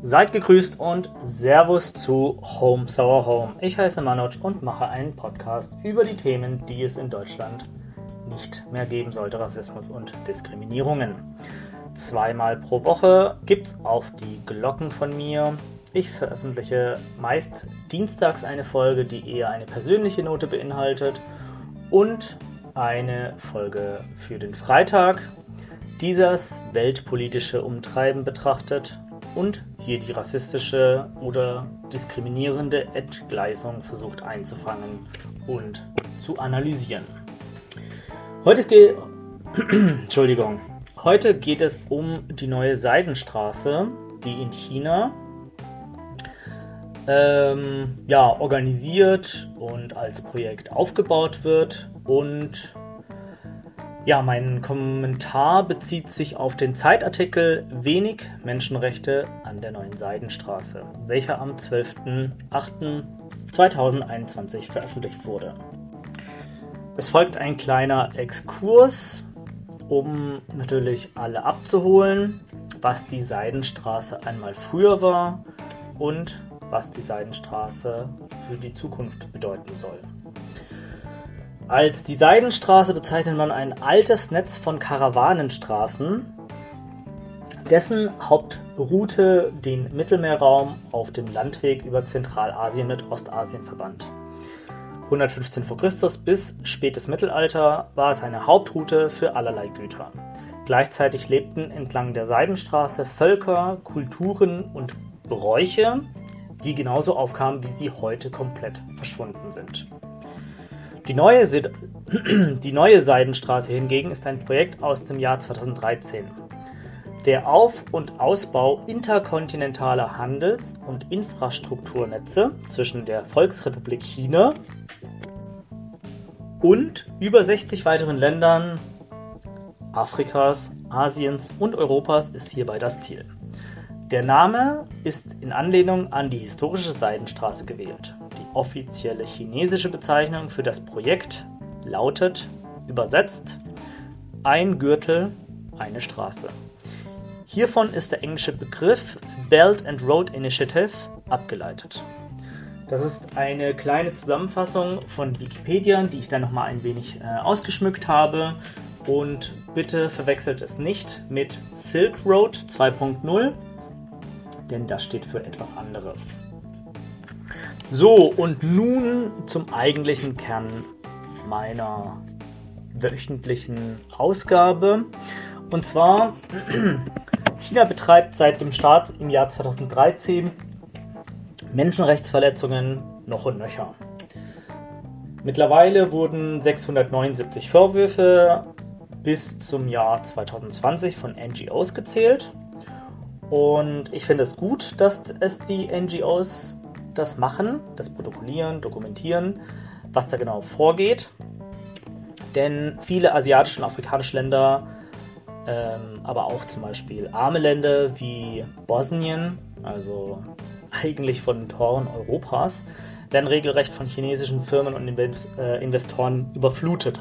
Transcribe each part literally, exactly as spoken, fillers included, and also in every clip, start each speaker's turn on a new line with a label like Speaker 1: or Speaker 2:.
Speaker 1: Seid gegrüßt und Servus zu Home Sour Home. Ich heiße Manoj und mache einen Podcast über die Themen, die es in Deutschland nicht mehr geben sollte, Rassismus und Diskriminierungen. Zweimal pro Woche gibt's auf die Glocken von mir. Ich veröffentliche meist dienstags eine Folge, die eher eine persönliche Note beinhaltet und eine Folge für den Freitag, die das weltpolitische Umtreiben betrachtet und hier die rassistische oder diskriminierende Entgleisung versucht einzufangen und zu analysieren. Heute geht, Entschuldigung. Heute geht es um die neue Seidenstraße, die in China ähm, ja, organisiert und als Projekt aufgebaut wird. Und ja, mein Kommentar bezieht sich auf den Zeitartikel Wenig Menschenrechte an der neuen Seidenstraße, welcher am zwölften achten zweitausendeinundzwanzig veröffentlicht wurde. Es folgt ein kleiner Exkurs, um natürlich alle abzuholen, was die Seidenstraße einmal früher war und was die Seidenstraße für die Zukunft bedeuten soll. Als die Seidenstraße bezeichnet man ein altes Netz von Karawanenstraßen, dessen Hauptroute den Mittelmeerraum auf dem Landweg über Zentralasien mit Ostasien verband. hundertfünfzehn vor Christus bis spätes Mittelalter war es eine Hauptroute für allerlei Güter. Gleichzeitig lebten entlang der Seidenstraße Völker, Kulturen und Bräuche, die genauso aufkamen, wie sie heute komplett verschwunden sind. Die neue, die neue Seidenstraße hingegen ist ein Projekt aus dem Jahr zweitausenddreizehn. Der Auf- und Ausbau interkontinentaler Handels- und Infrastrukturnetze zwischen der Volksrepublik China und über sechzig weiteren Ländern Afrikas, Asiens und Europas ist hierbei das Ziel. Der Name ist in Anlehnung an die historische Seidenstraße gewählt. Die offizielle chinesische Bezeichnung für das Projekt lautet, übersetzt, ein Gürtel, eine Straße. Hiervon ist der englische Begriff Belt and Road Initiative abgeleitet. Das ist eine kleine Zusammenfassung von Wikipedia, die ich dann nochmal ein wenig äh, ausgeschmückt habe. Und bitte verwechselt es nicht mit Silk Road zwei punkt null, denn das steht für etwas anderes. So, und nun zum eigentlichen Kern meiner wöchentlichen Ausgabe. Und zwar, China betreibt seit dem Start im Jahr zweitausenddreizehn Menschenrechtsverletzungen noch und nöcher. Mittlerweile wurden sechshundertneunundsiebzig Vorwürfe bis zum Jahr zweitausendzwanzig von N G Os gezählt. Und ich finde es gut, dass es die N G Os das machen, das protokollieren, dokumentieren, was da genau vorgeht. Denn viele asiatische und afrikanische Länder, ähm, aber auch zum Beispiel arme Länder wie Bosnien, also eigentlich von den Toren Europas, werden regelrecht von chinesischen Firmen und Investoren überflutet.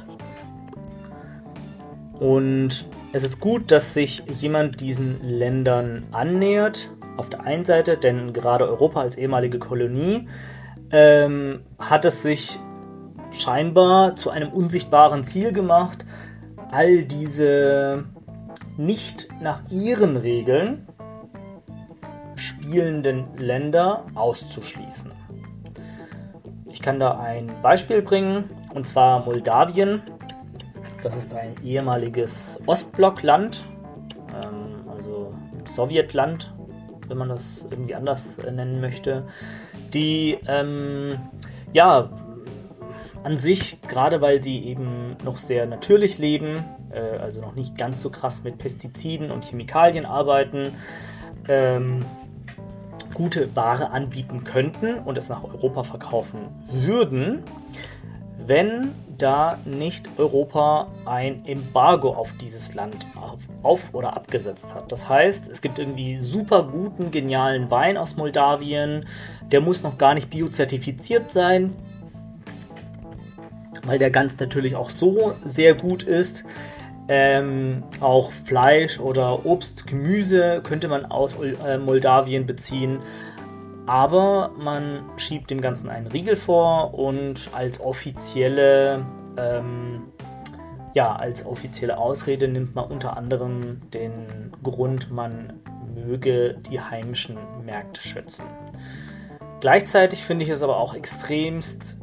Speaker 1: Und es ist gut, dass sich jemand diesen Ländern annähert, auf der einen Seite, denn gerade Europa als ehemalige Kolonie ähm, hat es sich scheinbar zu einem unsichtbaren Ziel gemacht, all diese nicht nach ihren Regeln spielenden Länder auszuschließen. Ich kann da ein Beispiel bringen, und zwar Moldawien. Das ist ein ehemaliges Ostblockland, ähm, also Sowjetland, wenn man das irgendwie anders äh, nennen möchte, die ähm, ja an sich, gerade weil sie eben noch sehr natürlich leben, äh, also noch nicht ganz so krass mit Pestiziden und Chemikalien arbeiten, ähm, gute Ware anbieten könnten und es nach Europa verkaufen würden, wenn da nicht Europa ein Embargo auf dieses Land auf, auf oder abgesetzt hat. Das heißt, es gibt irgendwie super guten, genialen Wein aus Moldawien, der muss noch gar nicht biozertifiziert sein, weil der ganz natürlich auch so sehr gut ist. Ähm, auch Fleisch oder Obst, Gemüse könnte man aus äh, Moldawien beziehen. Aber man schiebt dem Ganzen einen Riegel vor und als offizielle, ähm, ja, als offizielle Ausrede nimmt man unter anderem den Grund, man möge die heimischen Märkte schützen. Gleichzeitig finde ich es aber auch extremst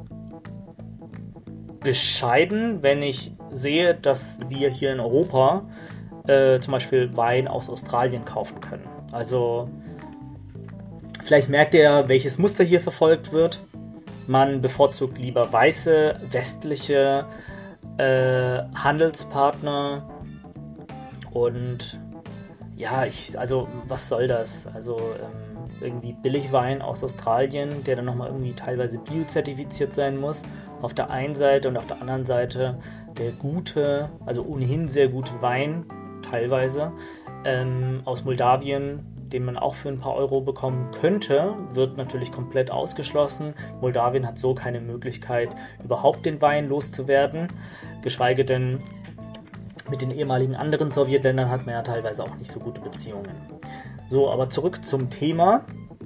Speaker 1: bescheiden, wenn ich sehe, dass wir hier in Europa äh, zum Beispiel Wein aus Australien kaufen können. Also vielleicht merkt ihr, welches Muster hier verfolgt wird. Man bevorzugt lieber weiße, westliche äh, Handelspartner und ja, ich, also was soll das? Also ähm, irgendwie Billigwein aus Australien, der dann nochmal irgendwie teilweise biozertifiziert sein muss, auf der einen Seite, und auf der anderen Seite der gute, also ohnehin sehr gute Wein, teilweise, ähm, aus Moldawien, den man auch für ein paar Euro bekommen könnte, wird natürlich komplett ausgeschlossen. Moldawien hat so keine Möglichkeit, überhaupt den Wein loszuwerden, geschweige denn mit den ehemaligen anderen Sowjetländern hat man ja teilweise auch nicht so gute Beziehungen. So, aber zurück zum Thema.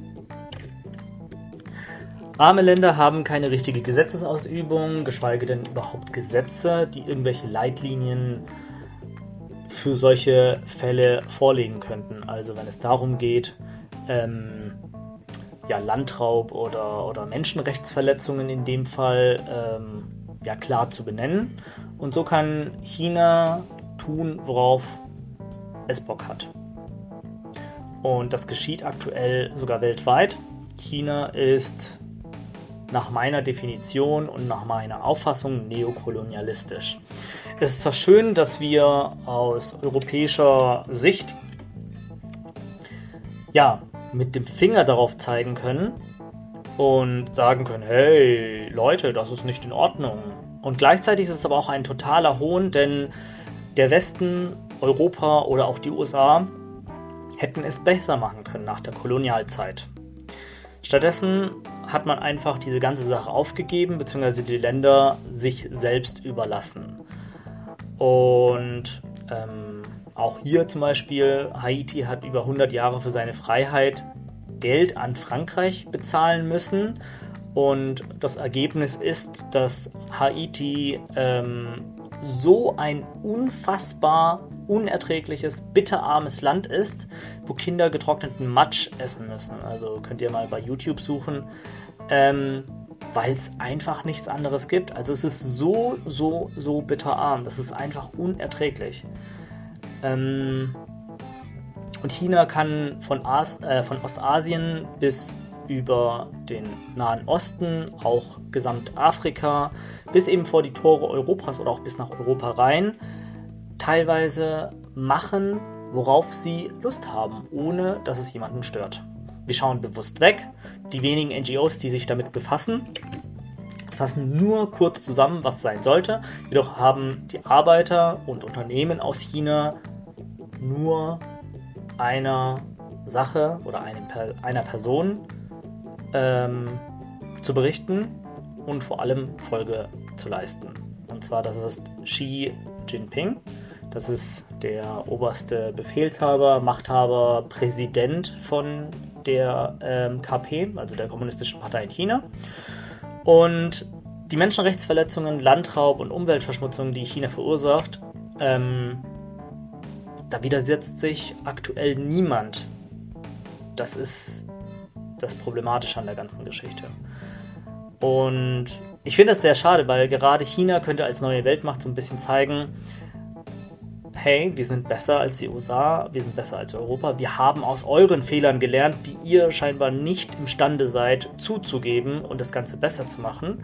Speaker 1: Arme Länder haben keine richtige Gesetzesausübung, geschweige denn überhaupt Gesetze, die irgendwelche Leitlinien für solche Fälle vorlegen könnten. Also wenn es darum geht, ähm, ja, Landraub oder, oder Menschenrechtsverletzungen in dem Fall ähm, ja, klar zu benennen. Und so kann China tun, worauf es Bock hat. Und das geschieht aktuell sogar weltweit. China ist nach meiner Definition und nach meiner Auffassung neokolonialistisch. Es ist zwar schön, dass wir aus europäischer Sicht ja, mit dem Finger darauf zeigen können und sagen können, hey Leute, das ist nicht in Ordnung. Und gleichzeitig ist es aber auch ein totaler Hohn, denn der Westen, Europa oder auch die U S A hätten es besser machen können nach der Kolonialzeit. Stattdessen hat man einfach diese ganze Sache aufgegeben, beziehungsweise die Länder sich selbst überlassen. Und ähm, auch hier zum Beispiel, Haiti hat über hundert Jahre für seine Freiheit Geld an Frankreich bezahlen müssen. Und das Ergebnis ist, dass Haiti ähm, so ein unfassbar unerträgliches, bitterarmes Land ist, wo Kinder getrockneten Matsch essen müssen. Also könnt ihr mal bei YouTube suchen, ähm, weil es einfach nichts anderes gibt. Also es ist so, so, so bitterarm. Das ist einfach unerträglich. Ähm, und China kann von, As- äh, von Ostasien bis über den Nahen Osten, auch Gesamtafrika, bis eben vor die Tore Europas oder auch bis nach Europa rein, teilweise machen, worauf sie Lust haben, ohne dass es jemanden stört. Wir schauen bewusst weg. Die wenigen N G Os, die sich damit befassen, fassen nur kurz zusammen, was sein sollte. Jedoch haben die Arbeiter und Unternehmen aus China nur einer Sache oder einem, einer Person ähm, zu berichten und vor allem Folge zu leisten. Und zwar, das ist Xi Jinping. Das ist der oberste Befehlshaber, Machthaber, Präsident von der ähm, K P, also der Kommunistischen Partei in China. Und die Menschenrechtsverletzungen, Landraub und Umweltverschmutzung, die China verursacht, ähm, da widersetzt sich aktuell niemand. Das ist das Problematische an der ganzen Geschichte. Und ich finde das sehr schade, weil gerade China könnte als neue Weltmacht so ein bisschen zeigen, hey, wir sind besser als die U S A, wir sind besser als Europa, wir haben aus euren Fehlern gelernt, die ihr scheinbar nicht imstande seid zuzugeben und das Ganze besser zu machen.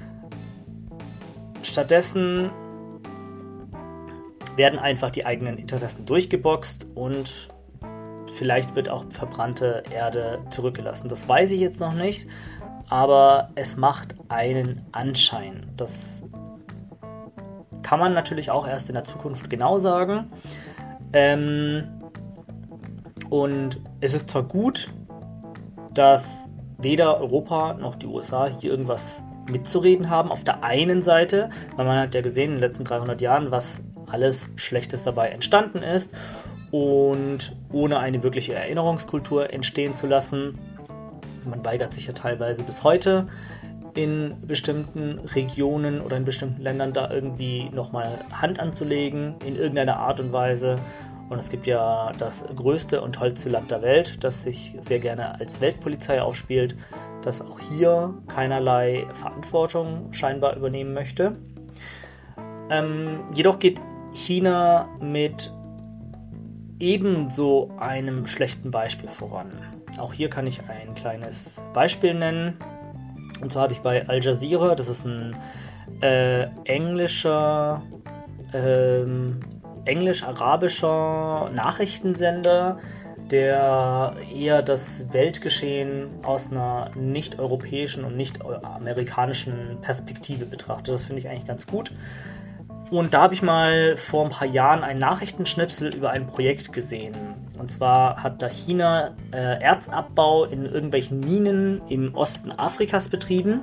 Speaker 1: Stattdessen werden einfach die eigenen Interessen durchgeboxt und vielleicht wird auch verbrannte Erde zurückgelassen. Das weiß ich jetzt noch nicht, aber es macht einen Anschein. Das kann man natürlich auch erst in der Zukunft genau sagen. Ähm, und es ist zwar gut, dass weder Europa noch die U S A hier irgendwas mitzureden haben auf der einen Seite, weil man hat ja gesehen in den letzten dreihundert Jahren, was alles Schlechtes dabei entstanden ist und ohne eine wirkliche Erinnerungskultur entstehen zu lassen. Man weigert sich ja teilweise bis heute in bestimmten Regionen oder in bestimmten Ländern da irgendwie nochmal Hand anzulegen in irgendeiner Art und Weise. Und es gibt ja das größte und tollste Land der Welt, das sich sehr gerne als Weltpolizei aufspielt, das auch hier keinerlei Verantwortung scheinbar übernehmen möchte. Ähm, jedoch geht China mit ebenso einem schlechten Beispiel voran. Auch hier kann ich ein kleines Beispiel nennen. Und zwar habe ich bei Al Jazeera, das ist ein äh, englischer, ähm, englisch-arabischer Nachrichtensender, der eher das Weltgeschehen aus einer nicht-europäischen und nicht-amerikanischen Perspektive betrachtet. Das finde ich eigentlich ganz gut. Und da habe ich mal vor ein paar Jahren einen Nachrichtenschnipsel über ein Projekt gesehen. Und zwar hat da China äh, Erzabbau in irgendwelchen Minen im Osten Afrikas betrieben.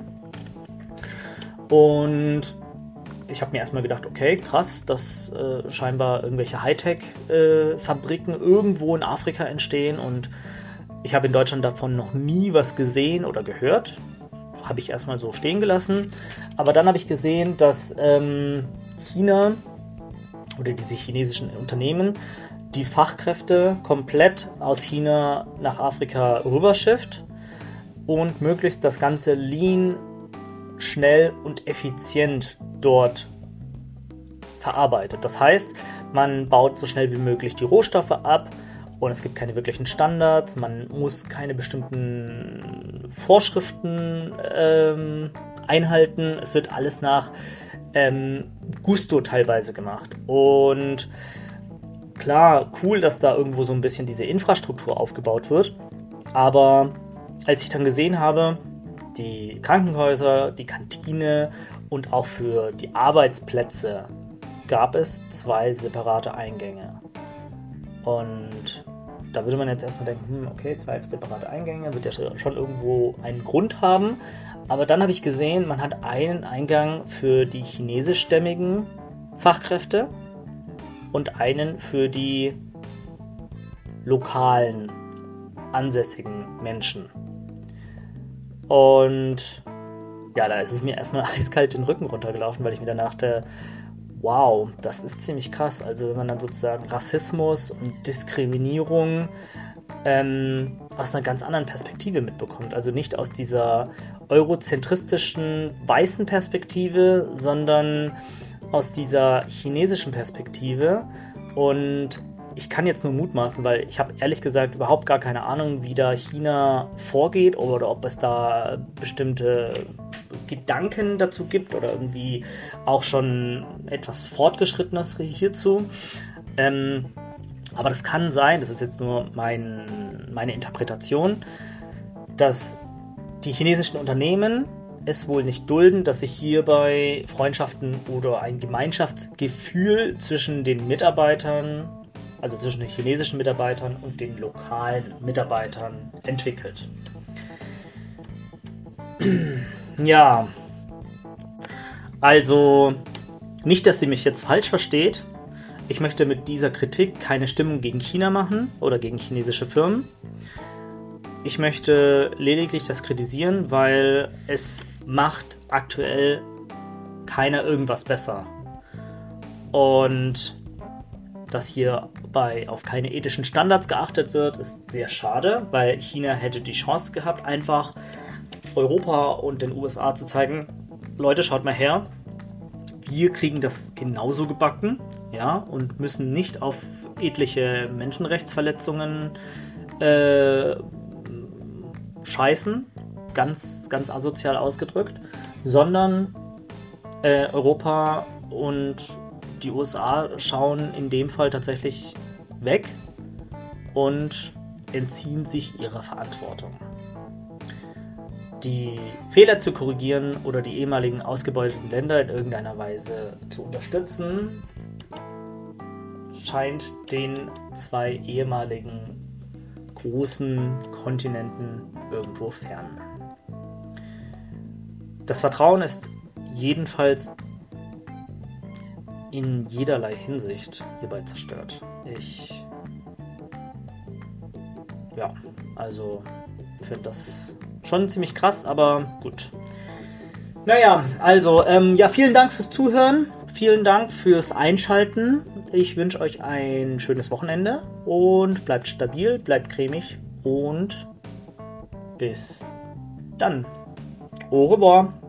Speaker 1: Und ich habe mir erstmal gedacht, okay, krass, dass äh, scheinbar irgendwelche Hightech-Fabriken äh, irgendwo in Afrika entstehen. Und ich habe in Deutschland davon noch nie was gesehen oder gehört. Habe ich erstmal so stehen gelassen. Aber dann habe ich gesehen, dass ähm, China oder diese chinesischen Unternehmen die Fachkräfte komplett aus China nach Afrika rüberschifft und möglichst das Ganze lean, schnell und effizient dort verarbeitet. Das heißt, man baut so schnell wie möglich die Rohstoffe ab und es gibt keine wirklichen Standards, man muss keine bestimmten Vorschriften ähm, einhalten, es wird alles nach ähm, Gusto teilweise gemacht. Und klar, cool, dass da irgendwo so ein bisschen diese Infrastruktur aufgebaut wird, aber als ich dann gesehen habe, die Krankenhäuser, die Kantine und auch für die Arbeitsplätze gab es zwei separate Eingänge. Und da würde man jetzt erstmal denken, hm, okay, zwei separate Eingänge, wird ja schon irgendwo einen Grund haben. Aber dann habe ich gesehen, man hat einen Eingang für die chinesischstämmigen Fachkräfte und einen für die lokalen, ansässigen Menschen. Und ja, da ist es mir erstmal eiskalt den Rücken runtergelaufen, weil ich mir dann dachte, wow, das ist ziemlich krass. Also wenn man dann sozusagen Rassismus und Diskriminierung ähm, aus einer ganz anderen Perspektive mitbekommt. Also nicht aus dieser eurozentristischen weißen Perspektive, sondern aus dieser chinesischen Perspektive. Und ich kann jetzt nur mutmaßen, weil ich habe ehrlich gesagt überhaupt gar keine Ahnung, wie da China vorgeht oder ob es da bestimmte Gedanken dazu gibt oder irgendwie auch schon etwas Fortgeschrittenes hierzu. Ähm, aber das kann sein, das ist jetzt nur mein, meine Interpretation, dass die chinesischen Unternehmen es wohl nicht dulden, dass sich hierbei Freundschaften oder ein Gemeinschaftsgefühl zwischen den Mitarbeitern, also zwischen den chinesischen Mitarbeitern und den lokalen Mitarbeitern entwickelt. Ja, also nicht, dass sie mich jetzt falsch versteht. Ich möchte mit dieser Kritik keine Stimmung gegen China machen oder gegen chinesische Firmen. Ich möchte lediglich das kritisieren, weil es macht aktuell keiner irgendwas besser. Und dass hierbei auf keine ethischen Standards geachtet wird, ist sehr schade, weil China hätte die Chance gehabt, einfach Europa und den U S A zu zeigen, Leute, schaut mal her, wir kriegen das genauso gebacken, ja, und müssen nicht auf etliche Menschenrechtsverletzungen äh, scheißen, ganz, ganz asozial ausgedrückt, sondern äh, Europa und die U S A schauen in dem Fall tatsächlich weg und entziehen sich ihrer Verantwortung. Die Fehler zu korrigieren oder die ehemaligen ausgebeuteten Länder in irgendeiner Weise zu unterstützen, scheint den zwei ehemaligen großen Kontinenten irgendwo fern. Das Vertrauen ist jedenfalls in jederlei Hinsicht hierbei zerstört. Ich, ja, also finde das schon ziemlich krass, aber gut. Naja, also, ähm, ja, vielen Dank fürs Zuhören, vielen Dank fürs Einschalten. Ich wünsche euch ein schönes Wochenende und bleibt stabil, bleibt cremig und bis dann. Au revoir.